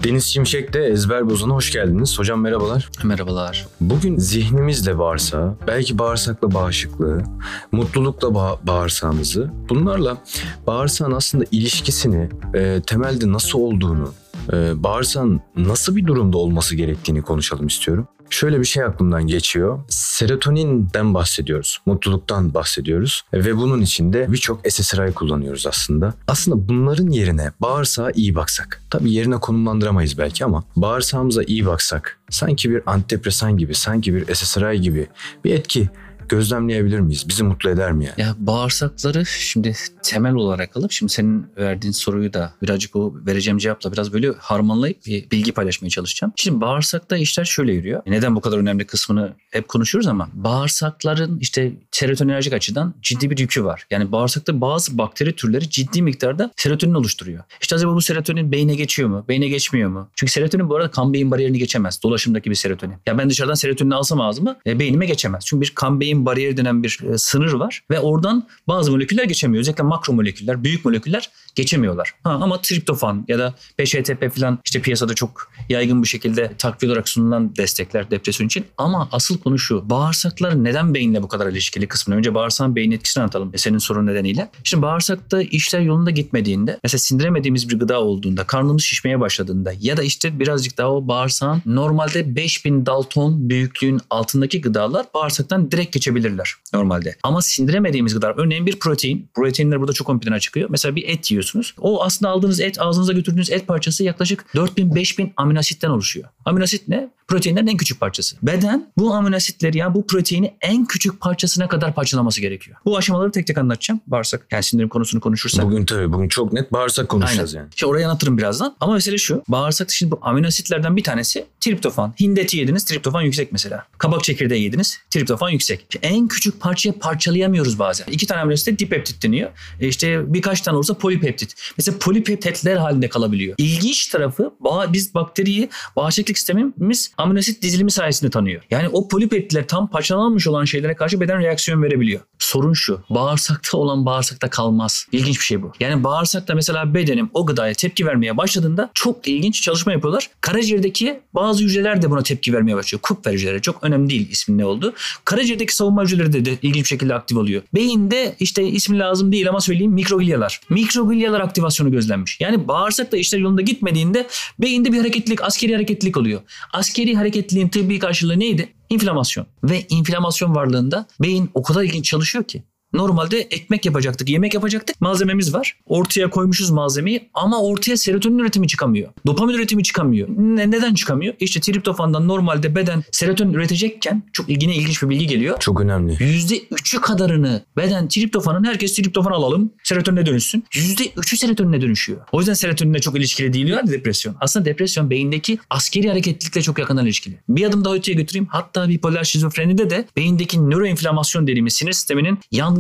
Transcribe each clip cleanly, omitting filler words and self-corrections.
Deniz Şimşek de Ezber Bozan'a hoş geldiniz. Hocam merhabalar. Merhabalar. Bugün zihnimizle bağırsağı, belki bağırsakla bağışıklığı, mutlulukla bağırsağımızı, bunlarla bağırsağın aslında ilişkisini, temelde nasıl olduğunu, bağırsağın nasıl bir durumda olması gerektiğini konuşalım istiyorum. Şöyle bir şey aklımdan geçiyor. Serotoninden bahsediyoruz, mutluluktan bahsediyoruz ve bunun için de birçok SSRI kullanıyoruz aslında. Aslında bunların yerine bağırsağa iyi baksak, tabii yerine konumlandıramayız belki ama bağırsağımıza iyi baksak, sanki bir antidepresan gibi, sanki bir SSRI gibi bir etki gözlemleyebilir miyiz? Bizi mutlu eder mi yani? Ya bağırsakları şimdi temel olarak alıp şimdi senin verdiğin soruyu da birazcık o vereceğim cevapla biraz böyle harmanlayıp bir bilgi paylaşmaya çalışacağım. Şimdi bağırsakta işler şöyle yürüyor. Neden bu kadar önemli kısmını hep konuşuyoruz ama bağırsakların işte serotoninerjik açıdan ciddi bir yükü var. Yani bağırsakta bazı bakteri türleri ciddi miktarda serotonin oluşturuyor. İşte acaba bu serotonin beyne geçiyor mu? Beyne geçmiyor mu? Çünkü serotonin bu arada kan beyin bariyerini geçemez. Dolaşımdaki bir serotonin. Ya ben dışarıdan serotonini alsam ağzıma beynime geçemez. Çünkü bir kan beyin bariyeri denen bir sınır var ve oradan bazı moleküller geçemiyor. Özellikle makro moleküller, büyük moleküller geçemiyorlar. Ama triptofan ya da 5-HTP falan işte piyasada çok yaygın bir şekilde takviye olarak sunulan destekler depresyon için. Ama asıl konu şu. Bağırsaklar neden beyinle bu kadar ilişkili kısmını? Önce bağırsağın beyin etkisini anlatalım senin sorun nedeniyle. Şimdi bağırsakta işler yolunda gitmediğinde, mesela sindiremediğimiz bir gıda olduğunda, karnımız şişmeye başladığında ya da işte birazcık daha o bağırsağın normalde 5000 Dalton büyüklüğün altındaki gıdalar bağırsaktan direkt geçebilirler normalde. Ama sindiremediğimiz gıdalar, örneğin bir protein, proteinler burada çok ön plana çıkıyor. Mesela bir et yiyorsunuz. O aslında aldığınız et, ağzınıza götürdüğünüz et parçası yaklaşık 4000-5000 amino asitten oluşuyor. Amino asit ne? Proteinlerin en küçük parçası. Beden bu amino asitleri, yani bu proteini en küçük parçasına kadar parçalaması gerekiyor. Bu aşamaları tek tek anlatacağım. Bağırsak, yani sindirim konusunu konuşursak. Bugün çok net bağırsak konuşacağız. Aynen. Yani. İşte orayı anlatırım birazdan. Ama mesele şu. Bağırsak şimdi bu amino asitlerden bir tanesi triptofan. Hindi eti yediniz, triptofan yüksek mesela. Kabak çekirdeği yediniz, triptofan yüksek. İşte en küçük parçaya parçalayamıyoruz bazen. 2 tane amino asit dipeptit deniyor. İşte birkaç tane olursa polipeptit. Mesela polipeptitler halinde kalabiliyor. İlginç tarafı biz bakteriyi bağışıklık sistemimiz amino asit dizilimi sayesinde tanıyor. Yani o polipeptitler tam parçalanmış olan şeylere karşı beden reaksiyon verebiliyor. Sorun şu. Bağırsakta olan bağırsakta kalmaz. İlginç bir şey bu. Yani bağırsakta mesela bedenim o gıdaya tepki vermeye başladığında çok ilginç çalışma yapıyorlar. Karaciğerdeki bazı hücreler de buna tepki vermeye başlıyor. Kupfer hücreleri, çok önemli değil ismin ne olduğu. Karaciğerdeki savunma hücreleri de ilginç bir şekilde aktif oluyor. Beyinde işte ismi lazım değil ama söyleyeyim, mikrogilyalar. Mikrogilyalar aktivasyonu gözlenmiş. Yani bağırsakta işler yolunda gitmediğinde beyinde bir hareketlilik, askeri hareketlilik oluyor. Askeri hareketliliğin tıbbi karşılığı neydi? İnflamasyon. Ve inflamasyon varlığında beyin o kadar ilginç çalışıyor ki. Normalde ekmek yapacaktık, yemek yapacaktık. Malzememiz var. Ortaya koymuşuz malzemeyi ama ortaya serotonin üretimi çıkamıyor. Dopamin üretimi çıkamıyor. Neden çıkamıyor? İşte triptofandan normalde beden serotonin üretecekken çok ilginç bir bilgi geliyor. Çok önemli. %3'ü kadarını beden triptofanın, herkes triptofan alalım, serotonine dönüşsün. %3'ü serotonine dönüşüyor. O yüzden serotoninle çok ilişkili değil yani depresyon. Aslında depresyon beyindeki askeri hareketlilikle çok yakından ilişkili. Bir adım daha öteye götüreyim. Hatta bipolar şizofrenide de beyindeki nöroinflamasyon dediğimiz sinir sisteminin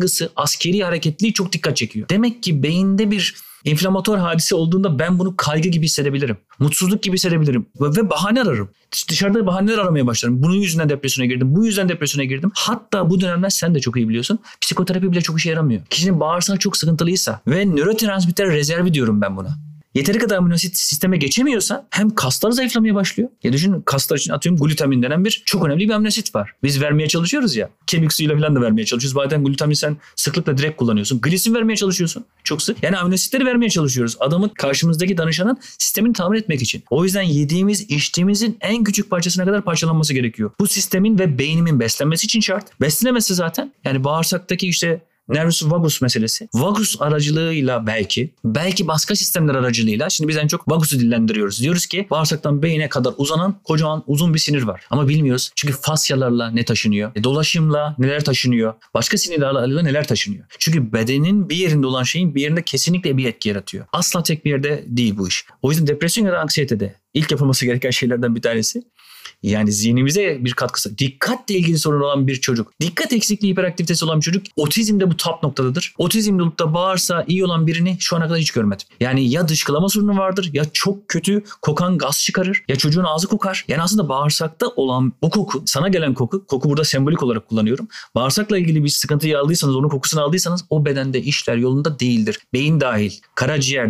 askeri hareketliliği çok dikkat çekiyor. Demek ki beyinde bir inflamatuar hadise olduğunda ben bunu kaygı gibi hissedebilirim. Mutsuzluk gibi hissedebilirim. Ve bahane ararım. Dışarıda bahaneler aramaya başlarım. Bunun yüzünden depresyona girdim. Bu yüzden depresyona girdim. Hatta bu dönemler sen de çok iyi biliyorsun. Psikoterapi bile çok işe yaramıyor. Kişinin bağırsağı çok sıkıntılıysa ve nörotransmitter rezervi diyorum ben buna. Yeteri kadar amino asit sisteme geçemiyorsa hem kaslar zayıflamaya başlıyor. Ya düşün, kaslar için atıyorum glutamin denen bir çok önemli bir amino asit var. Biz vermeye çalışıyoruz ya. Kemik suyuyla falan da vermeye çalışıyoruz. Bazen glutamin sen sıklıkla direkt kullanıyorsun. Glisin vermeye çalışıyorsun. Çok sık. Yani amino asitleri vermeye çalışıyoruz. Adamın, karşımızdaki danışanın sistemini tamir etmek için. O yüzden yediğimiz, içtiğimizin en küçük parçasına kadar parçalanması gerekiyor. Bu sistemin ve beynimin beslenmesi için şart. Beslenemezse zaten yani bağırsaktaki işte nervus vagus meselesi. Vagus aracılığıyla belki başka sistemler aracılığıyla, şimdi biz en çok vagus'u dillendiriyoruz. Diyoruz ki bağırsaktan beyine kadar uzanan kocaman uzun bir sinir var. Ama bilmiyoruz. Çünkü fasyalarla ne taşınıyor? Dolaşımla neler taşınıyor? Başka sinirlerle neler taşınıyor? Çünkü bedenin bir yerinde olan şeyin bir yerinde kesinlikle bir etki yaratıyor. Asla tek bir yerde değil bu iş. O yüzden depresyon ya da anksiyetede ilk yapılması gereken şeylerden bir tanesi, yani zihnimize bir katkısı. Dikkatle ilgili sorun olan bir çocuk, dikkat eksikliği hiperaktivitesi olan bir çocuk otizmde bu top noktadadır. Otizmde olup da bağırsağı iyi olan birini şu ana kadar hiç görmedim. Yani ya dışkılama sorunu vardır, ya çok kötü kokan gaz çıkarır, ya çocuğun ağzı kokar. Yani aslında bağırsakta olan o koku, sana gelen koku burada sembolik olarak kullanıyorum. Bağırsakla ilgili bir sıkıntıyı aldıysanız, onun kokusunu aldıysanız o bedende işler yolunda değildir. Beyin dahil, karaciğerde,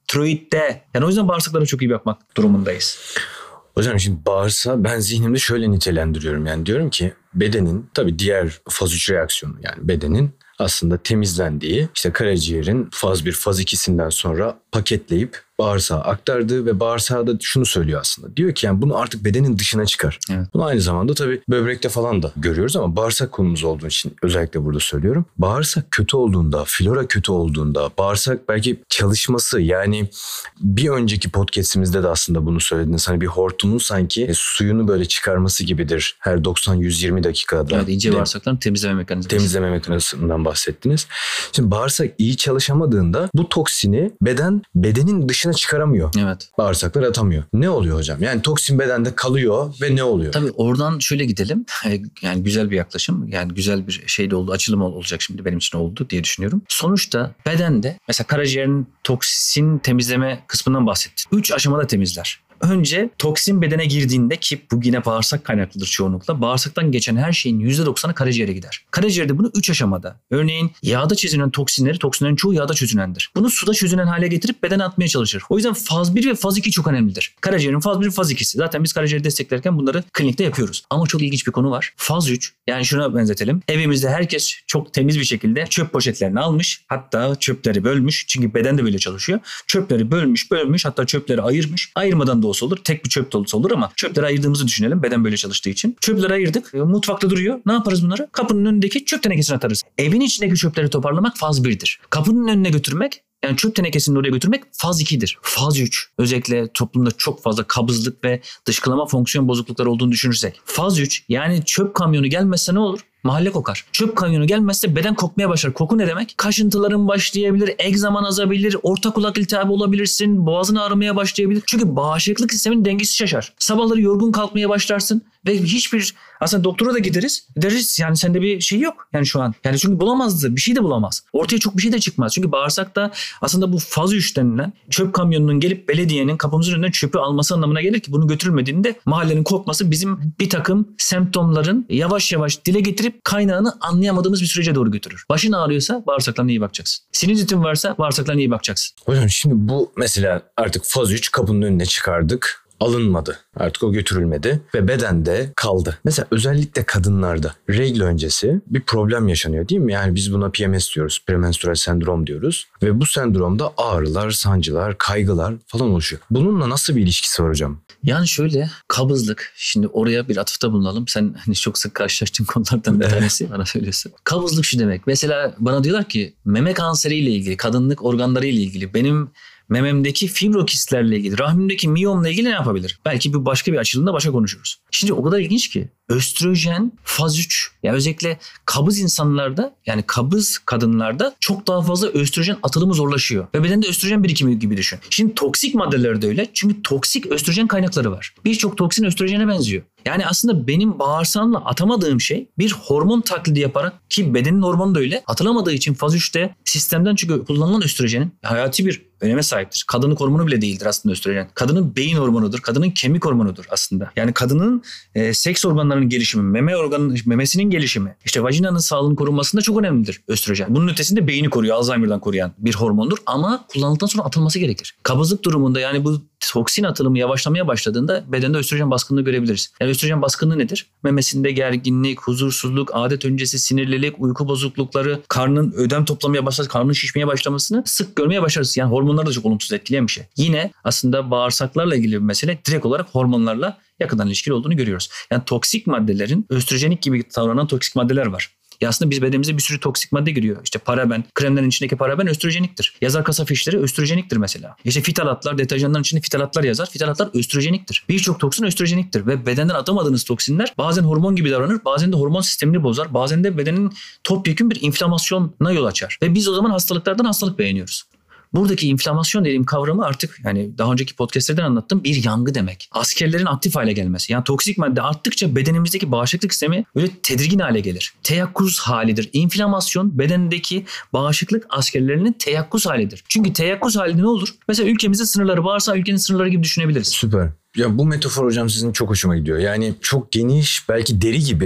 tiroidde. Yani o yüzden bağırsaklara çok iyi bakmak durumundayız. Hocam şimdi bağırsağı ben zihnimde şöyle nitelendiriyorum. Yani diyorum ki bedenin tabii diğer faz 3 reaksiyonu, yani bedenin aslında temizlendiği, işte karaciğerin faz 1, faz 2'sinden sonra paketleyip bağırsağa aktardığı ve bağırsağı da şunu söylüyor aslında. Diyor ki yani bunu artık bedenin dışına çıkar. Evet. Bunu aynı zamanda tabii böbrekte falan da görüyoruz ama bağırsak konumuz olduğu için özellikle burada söylüyorum. Bağırsak kötü olduğunda, flora kötü olduğunda, bağırsak belki çalışması, yani bir önceki podcastimizde de aslında bunu söylediniz. Hani bir hortumun sanki suyunu böyle çıkarması gibidir her 90-120 dakikada. Evet, ince bağırsakların temizleme mekanizması. Temizleme mekanizmasından bahsettiniz. Şimdi bağırsak iyi çalışamadığında bu toksini bedenin dışına çıkaramıyor. Evet. Bağırsaklar atamıyor. Ne oluyor hocam? Yani toksin bedende kalıyor ve ne oluyor? Tabii oradan şöyle gidelim. Yani güzel bir yaklaşım. Yani güzel bir şey de oldu. Açılım olacak şimdi benim için oldu diye düşünüyorum. Sonuçta bedende mesela karaciğerin toksin temizleme kısmından bahsettik. 3 aşamada temizler. Önce toksin bedene girdiğinde, ki bu yine bağırsak kaynaklıdır çoğunlukla, bağırsaktan geçen her şeyin %90'ı karaciğere gider. Karaciğerde bunu 3 aşamada. Örneğin yağda çözünen toksinlerin çoğu yağda çözünendir. Bunu suda çözünen hale getirip bedene atmaya çalışır. O yüzden faz 1 ve faz 2 çok önemlidir. Karaciğerin faz 1, faz 2'si. Zaten biz karaciğeri desteklerken bunları klinikte yapıyoruz. Ama çok ilginç bir konu var. Faz 3, yani şuna benzetelim. Evimizde herkes çok temiz bir şekilde çöp poşetlerini almış. Hatta çöpleri bölmüş. Çünkü beden de böyle çalışıyor. Çöpleri bölmüş, hatta çöpleri ayırmış. Ayırmadan da olsa olur. Tek bir çöp dolusu olur ama çöpleri ayırdığımızı düşünelim. Beden böyle çalıştığı için. Çöpleri ayırdık. Mutfakta duruyor. Ne yaparız bunları? Kapının önündeki çöp tenekesine atarız. Evin içindeki çöpleri toparlamak faz 1'dir. Kapının önüne götürmek, yani çöp tenekesini oraya götürmek faz 2'dir. Faz 3, özellikle toplumda çok fazla kabızlık ve dışkılama fonksiyon bozuklukları olduğunu düşünürsek. Faz 3, yani çöp kamyonu gelmezse ne olur? Mahalle kokar. Çöp kamyonu gelmezse beden kokmaya başlar. Koku ne demek? Kaşıntıların başlayabilir, egzaman azabilir, orta kulak iltihabı olabilirsin, boğazın ağrımaya başlayabilir. Çünkü bağışıklık sistemin dengesi şaşar. Sabahları yorgun kalkmaya başlarsın ve hiçbir, aslında doktora da gideriz. Deriz yani sende bir şey yok yani şu an. Yani çünkü bulamazdı. Bir şey de bulamaz. Ortaya çok bir şey de çıkmaz. Çünkü bağırsakta aslında bu faz 3 denilen çöp kamyonunun gelip belediyenin kapımızın önünden çöpü alması anlamına gelir ki bunu götürülmediğinde mahallenin kokması bizim bir takım semptomların yavaş yavaş dile getirip kaynağını anlayamadığımız bir sürece doğru götürür. Başın ağrıyorsa bağırsaklarına iyi bakacaksın. Sinüzitin varsa bağırsaklarına iyi bakacaksın. Hocam şimdi bu mesela artık faz 3 kapının önüne çıkardık. Alınmadı. Artık o götürülmedi ve bedende kaldı. Mesela özellikle kadınlarda regl öncesi bir problem yaşanıyor değil mi? Yani biz buna PMS diyoruz. Premenstrüel sendrom diyoruz. Ve bu sendromda ağrılar, sancılar, kaygılar falan oluşuyor. Bununla nasıl bir ilişkisi var hocam? Yani şöyle, kabızlık, şimdi oraya bir atıfta bulunalım. Sen hani çok sık karşılaştığın konulardan bir tanesi bana söylüyorsun. Kabızlık şu demek. Mesela bana diyorlar ki meme kanseriyle ilgili, kadınlık organlarıyla ilgili, benim mememdeki fibrokistlerle ilgili, rahmimdeki miyomla ilgili ne yapabilir? Belki bir başka bir açılımda başa konuşuruz. Şimdi o kadar ilginç ki östrojen faz 3, yani özellikle kabız insanlarda, yani kabız kadınlarda çok daha fazla östrojen atılımı zorlaşıyor. Ve bedende östrojen birikimi gibi düşün. Şimdi toksik maddeler de öyle. Çünkü toksik östrojen kaynakları var. Birçok toksin östrojene benziyor. Yani aslında benim bağırsağımla atamadığım şey bir hormon taklidi yaparak, ki bedenin hormonu da öyle, atılamadığı için faz 3'te sistemden çünkü kullanılan östrojenin hayati bir öneme sahiptir. Kadının hormonu bile değildir aslında östrojen. Kadının beyin hormonudur. Kadının kemik hormonudur aslında. Yani kadının seks organlarının gelişimi, memesinin gelişimi, işte vajinanın sağlığının korunmasında çok önemlidir östrojen. Bunun ötesinde beyni koruyor, Alzheimer'dan koruyan bir hormondur ama kullanıldıktan sonra atılması gerekir. Kabızlık durumunda, yani bu toksin atılımı yavaşlamaya başladığında bedende östrojen baskınlığı görebiliriz. Yani östrojen baskınlığı nedir? Memesinde gerginlik, huzursuzluk, adet öncesi sinirlilik, uyku bozuklukları, karnın ödem toplamaya başlaması, karnın şişmeye başlamasını sık görmeye başlarız. Yani hormonlar da çok olumsuz etkileyen bir şey. Yine aslında bağırsaklarla ilgili bir mesele, direkt olarak hormonlarla yakından ilişkili olduğunu görüyoruz. Yani toksik maddelerin, östrojenik gibi davranan toksik maddeler var. Ya aslında biz bedenimize bir sürü toksik madde giriyor. İşte paraben, kremlerin içindeki paraben östrojeniktir. Yazar kasa fişleri östrojeniktir mesela. İşte fitalatlar, deterjanların içinde fitalatlar yazar. Fitalatlar östrojeniktir. Birçok toksin östrojeniktir ve bedenden atamadığınız toksinler bazen hormon gibi davranır, bazen de hormon sistemini bozar, bazen de bedenin topyekün bir inflamasyona yol açar. Ve biz o zaman hastalıklardan hastalık beğeniyoruz. Buradaki inflamasyon dediğim kavramı artık, yani daha önceki podcastlerden anlattım, bir yangı demek. Askerlerin aktif hale gelmesi. Yani toksik madde arttıkça bedenimizdeki bağışıklık sistemi böyle tedirgin hale gelir. Teyakkuz halidir. İnflamasyon bedendeki bağışıklık askerlerinin teyakkuz halidir. Çünkü teyakkuz halinde ne olur? Mesela ülkemizde sınırları varsa ülkenin sınırları gibi düşünebiliriz. Süper. Ya bu metafor hocam sizin çok hoşuma gidiyor. Yani çok geniş, belki deri gibi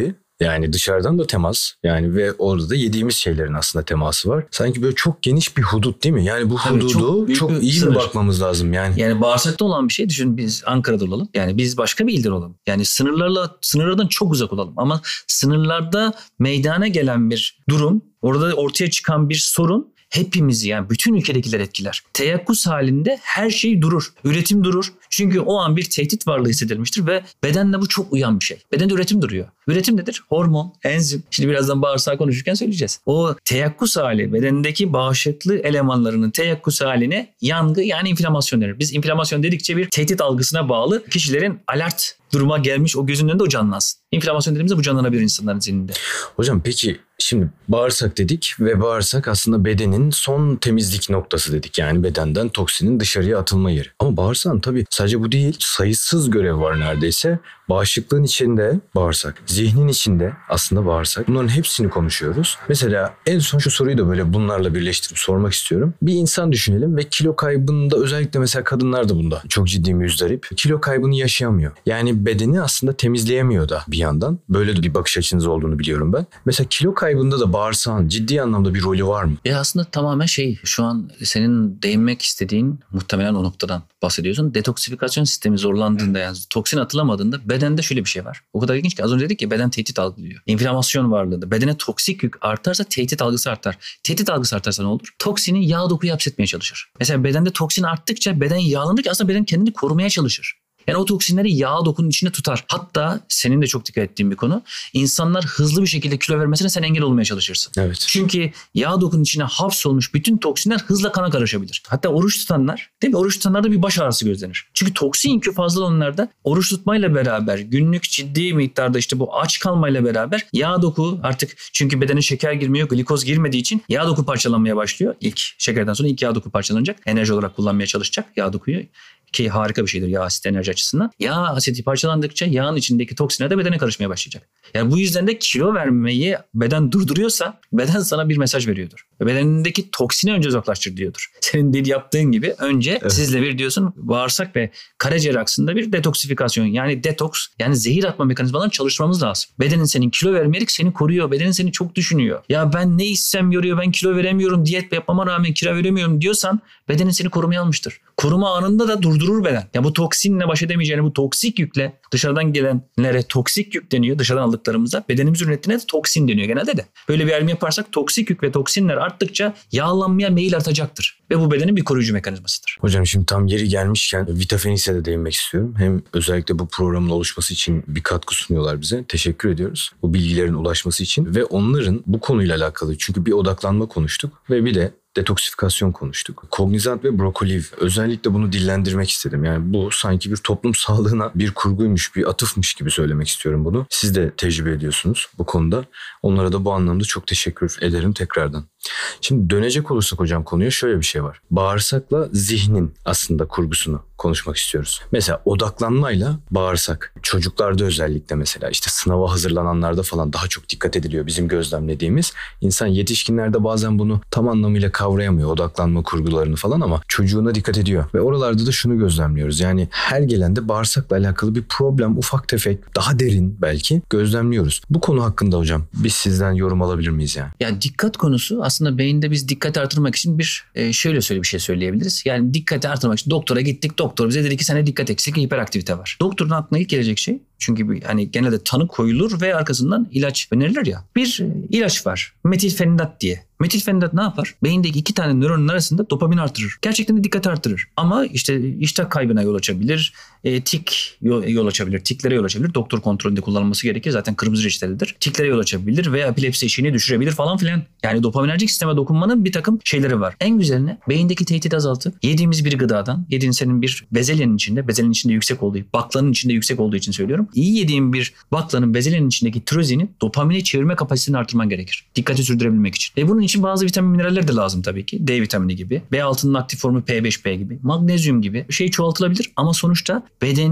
Yani dışarıdan da temas yani ve orada da yediğimiz şeylerin aslında teması var. Sanki böyle çok geniş bir hudut değil mi? Yani bu Tabii hududu çok iyi sınır. mi bakmamız lazım yani? Yani bağırsakta olan bir şey düşün, biz Ankara'da olalım. Yani biz başka bir ilde olalım. Yani sınırlardan çok uzak olalım. Ama sınırlarda meydana gelen bir durum, orada ortaya çıkan bir sorun hepimizi yani bütün ülkedekiler etkiler. Teyakkuz halinde her şey durur. Üretim durur. Çünkü o an bir tehdit varlığı hissedilmiştir ve bedenle bu çok uyan bir şey. Bedende üretim duruyor. Üretim nedir? Hormon, enzim. Şimdi birazdan bağırsağı konuşurken söyleyeceğiz. O teyakkuz hali bedendeki bağışıklık elemanlarının teyakkuz haline yangı yani inflamasyon denir. Biz inflamasyon dedikçe bir tehdit algısına bağlı kişilerin alert duruma gelmiş o gözünün önünde o canlansın. İnflamasyon dediğimizde bu canlanabilir insanların zihninde. Hocam peki şimdi bağırsak dedik ve bağırsak aslında bedenin son temizlik noktası dedik. Yani bedenden toksinin dışarıya atılma yeri. Ama bağırsağın tabii sadece bu değil, sayısız görev var neredeyse. Bağışıklığın içinde bağırsak, zihnin içinde aslında bağırsak. Bunların hepsini konuşuyoruz. Mesela en son şu soruyu da böyle bunlarla birleştirip sormak istiyorum. Bir insan düşünelim ve kilo kaybında özellikle mesela kadınlar da bunda çok ciddi müzdarip. Kilo kaybını yaşayamıyor. Yani bedeni aslında temizleyemiyor da bir yandan. Böyle de bir bakış açınız olduğunu biliyorum ben. Mesela kilo kaybında da bağırsağın ciddi anlamda bir rolü var mı? Aslında tamamen şu an senin değinmek istediğin muhtemelen o noktadan bahsediyorsun. Detoksifikasyon sistemi zorlandığında yani toksin atılamadığında bedende şöyle bir şey var. O kadar ilginç ki az önce dedik ki beden tehdit algılıyor. İnflamasyon varlığında bedene toksik yük artarsa tehdit algısı artar. Tehdit algısı artarsa ne olur? Toksini yağ dokuyu hapsetmeye çalışır. Mesela bedende toksin arttıkça beden yağlanır ki aslında beden kendini korumaya çalışır. Yani o toksinleri yağ dokunun içinde tutar. Hatta senin de çok dikkat ettiğin bir konu. İnsanlar hızlı bir şekilde kilo vermesine sen engel olmaya çalışırsın. Evet. Çünkü yağ dokunun içine hapsolmuş bütün toksinler hızla kana karışabilir. Hatta oruç tutanlar, değil mi? Oruç tutanlarda bir baş ağrısı gözlenir. Çünkü toksin yükü fazla onlarda. Oruç tutmayla beraber günlük ciddi miktarda işte bu aç kalmayla beraber yağ doku artık çünkü bedene şeker girmiyor, glikoz girmediği için yağ doku parçalanmaya başlıyor. İlk şekerden sonra ilk yağ doku parçalanacak. Enerji olarak kullanmaya çalışacak yağ dokuyu. Ki harika bir şeydir yağ asidi enerji açısından. Yağ asidi parçalandıkça yağın içindeki toksinler de bedene karışmaya başlayacak. Yani bu yüzden de kilo vermeyi beden durduruyorsa beden sana bir mesaj veriyordur. Bedenindeki toksini önce uzaklaştır diyordur. Senin yaptığın gibi önce sizle bir diyorsun bağırsak ve karaciğer aksında bir detoksifikasyon yani detoks yani zehir atma mekanizmalarını çalıştırmamız lazım. Bedenin senin kilo vermeyerek seni koruyor. Bedenin seni çok düşünüyor. Ya ben ne içsem yoruyor ben kilo veremiyorum diyet yapmama rağmen kilo veremiyorum diyorsan bedenin seni korumaya almıştır. Koruma anında da durdurur beden. Ya bu toksinle baş edemeyeceğini bu toksik yükle dışarıdan gelenlere toksik yük deniyor. Dışarıdan aldıklarımızda bedenimizin ürettiğine de toksin deniyor genelde de. Böyle bir ayrım yaparsak toksik yük ve toksinler arttıkça yağlanmaya meyil artacaktır. Ve bu bedenin bir koruyucu mekanizmasıdır. Hocam şimdi tam yeri gelmişken Vitafenix'e de değinmek istiyorum. Hem özellikle bu programın oluşması için bir katkı sunuyorlar bize. Teşekkür ediyoruz. Bu bilgilerin ulaşması için ve onların bu konuyla alakalı çünkü bir odaklanma konuştuk ve bir de detoksifikasyon konuştuk. Cognizant ve Brokoliv özellikle bunu dillendirmek istedim. Yani bu sanki bir toplum sağlığına bir kurguymuş, bir atıfmış gibi söylemek istiyorum bunu. Siz de tecrübe ediyorsunuz bu konuda. Onlara da bu anlamda çok teşekkür ederim tekrardan. Şimdi dönecek olursak hocam konuya şöyle bir şey var. Bağırsakla zihnin aslında kurgusunu konuşmak istiyoruz. Mesela odaklanmayla bağırsak. Çocuklarda özellikle mesela işte sınava hazırlananlarda falan daha çok dikkat ediliyor bizim gözlemlediğimiz. İnsan yetişkinlerde bazen bunu tam anlamıyla kavrayamıyor odaklanma kurgularını falan ama çocuğuna dikkat ediyor. Ve oralarda da şunu gözlemliyoruz. Yani her gelende bağırsakla alakalı bir problem ufak tefek daha derin belki gözlemliyoruz. Bu konu hakkında hocam biz sizden yorum alabilir miyiz yani? Ya dikkat konusu aslında beyinde biz dikkati artırmak için bir şöyle bir şey söyleyebiliriz. Yani dikkati artırmak için doktora gittik. Doktor bize dedi ki sende dikkat eksik hiperaktivite var. Doktorun aklına ilk gelecek şey çünkü hani genelde tanı koyulur ve arkasından ilaç önerilir ya. Bir ilaç var metilfenidat diye. Metilfenidat ne yapar? Beyindeki iki tane nöronun arasında dopamin artırır. Gerçekten de dikkat artırır. Ama işte iştah kaybına yol açabilir. Tik yol açabilir. Tiklere yol açabilir. Doktor kontrolünde kullanılması gerekir. Zaten kırmızı reçetelidir. Tiklere yol açabilir veya epilepsi eşiğini düşürebilir falan filan. Yani dopaminerjik sisteme dokunmanın bir takım şeyleri var. En güzeline beyindeki tehdidi azaltıp yediğimiz bir gıdadan, yediğin senin bir bezelyenin içinde yüksek olduğu, baklanın içinde yüksek olduğu için söylüyorum. İyi yediğin bir baklanın bezelyenin içindeki tirozini dopamine çevirme kapasitesini artırman gerekir. Dikkati sürdürebilmek için. Bunun için bazı vitamin mineraller de lazım tabii ki. D vitamini gibi. B6'nın aktif formu P5P gibi. Magnezyum gibi. Çoğaltılabilir ama sonuçta bedenin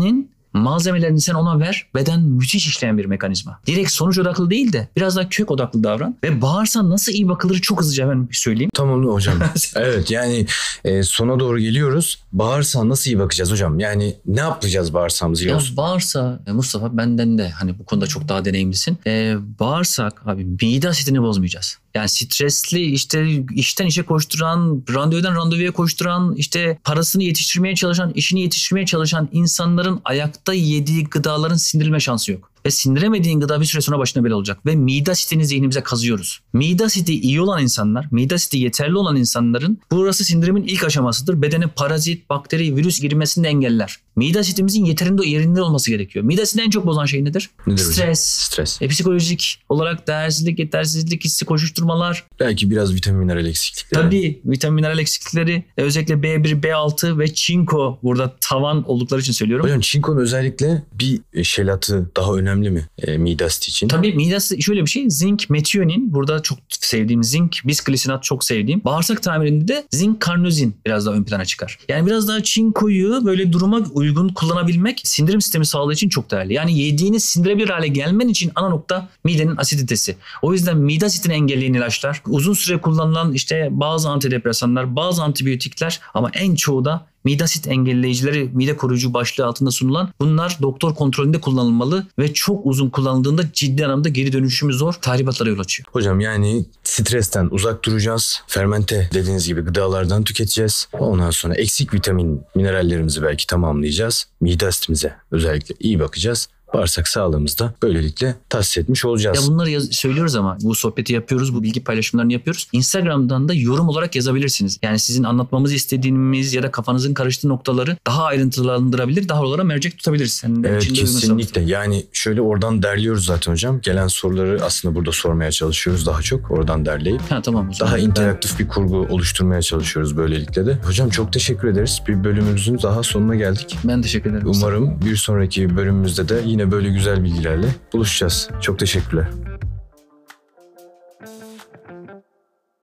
Malzemelerini sen ona ver. Beden müthiş işleyen bir mekanizma. Direkt sonuç odaklı değil de biraz daha kök odaklı davran. Ve bağırsan nasıl iyi bakılır çok hızlıca hemen söyleyeyim. Tamam hocam. Evet yani sona doğru geliyoruz. Bağırsağa nasıl iyi bakacağız hocam? Yani ne yapacağız bağırsağımızı? Ya bağırsa Mustafa benden de hani bu konuda çok daha deneyimlisin. Bağırsak abi mide asitini bozmayacağız. Yani stresli işte işten işe koşturan, randevudan randevuya koşturan, işte parasını yetiştirmeye çalışan, işini yetiştirmeye çalışan insanların ayakta yediği gıdaların sindirilme şansı yok. Ve sindiremediğin gıda bir süre sonra başına bela olacak. Ve mide asitini zihnimize kazıyoruz. Mide asidi iyi olan insanlar, mide asidi yeterli olan insanların burası sindirimin ilk aşamasıdır. Bedene parazit, bakteri, virüs girmesini de engeller. Mide asitimizin yerinde olması gerekiyor. Mide asitini en çok bozan şey nedir? Stres. Psikolojik olarak değersizlik, yetersizlik hissi, koşuşturmalar. Belki biraz vitamin mineral eksiklikleri. Tabii vitamin mineral eksiklikleri, özellikle B1, B6 ve çinko burada tavan oldukları için söylüyorum. Hocam çinkonun özellikle bir şelatı daha önemli mi mide asidi için? Tabii mide asidi şöyle bir şey. Zinc, metionin burada çok sevdiğim zinc, bisglisinat çok sevdiğim. Bağırsak tamirinde de zinc karnozin biraz daha ön plana çıkar. Yani biraz daha çinkoyu böyle duruma uygun kullanabilmek sindirim sistemi sağlığı için çok değerli. Yani yediğini sindirebilir hale gelmen için ana nokta midenin asiditesi. O yüzden mide asitini engelleyen ilaçlar, uzun süre kullanılan işte bazı antidepresanlar, bazı antibiyotikler ama en çoğu da mide asit engelleyicileri, mide koruyucu başlığı altında sunulan bunlar doktor kontrolünde kullanılmalı ve çok uzun kullanıldığında ciddi anlamda geri dönüşümü zor tahribatlara yol açıyor. Hocam yani stresten uzak duracağız. Fermente dediğiniz gibi gıdalardan tüketeceğiz. Ondan sonra eksik vitamin, minerallerimizi belki tamamlayacağız. Mide asitimize özellikle iyi bakacağız. Bağırsak sağlığımızda böylelikle tahsis etmiş olacağız. Ya bunları söylüyoruz ama bu sohbeti yapıyoruz, bu bilgi paylaşımlarını yapıyoruz. Instagram'dan da yorum olarak yazabilirsiniz. Yani sizin anlatmamızı istediğiniz ya da kafanızın karıştığı noktaları daha ayrıntılandırabilir, daha oralara mercek tutabiliriz. Evet kesinlikle. Yani şöyle oradan derliyoruz zaten hocam. Gelen soruları aslında burada sormaya çalışıyoruz daha çok. Oradan derleyip. Tamam. Daha interaktif bir kurgu oluşturmaya çalışıyoruz böylelikle de. Hocam çok teşekkür ederiz. Bir bölümümüzün daha sonuna geldik. Ben teşekkür ederim. Umarım bir sonraki bölümümüzde de yine böyle güzel bilgilerle buluşacağız. Çok teşekkürler.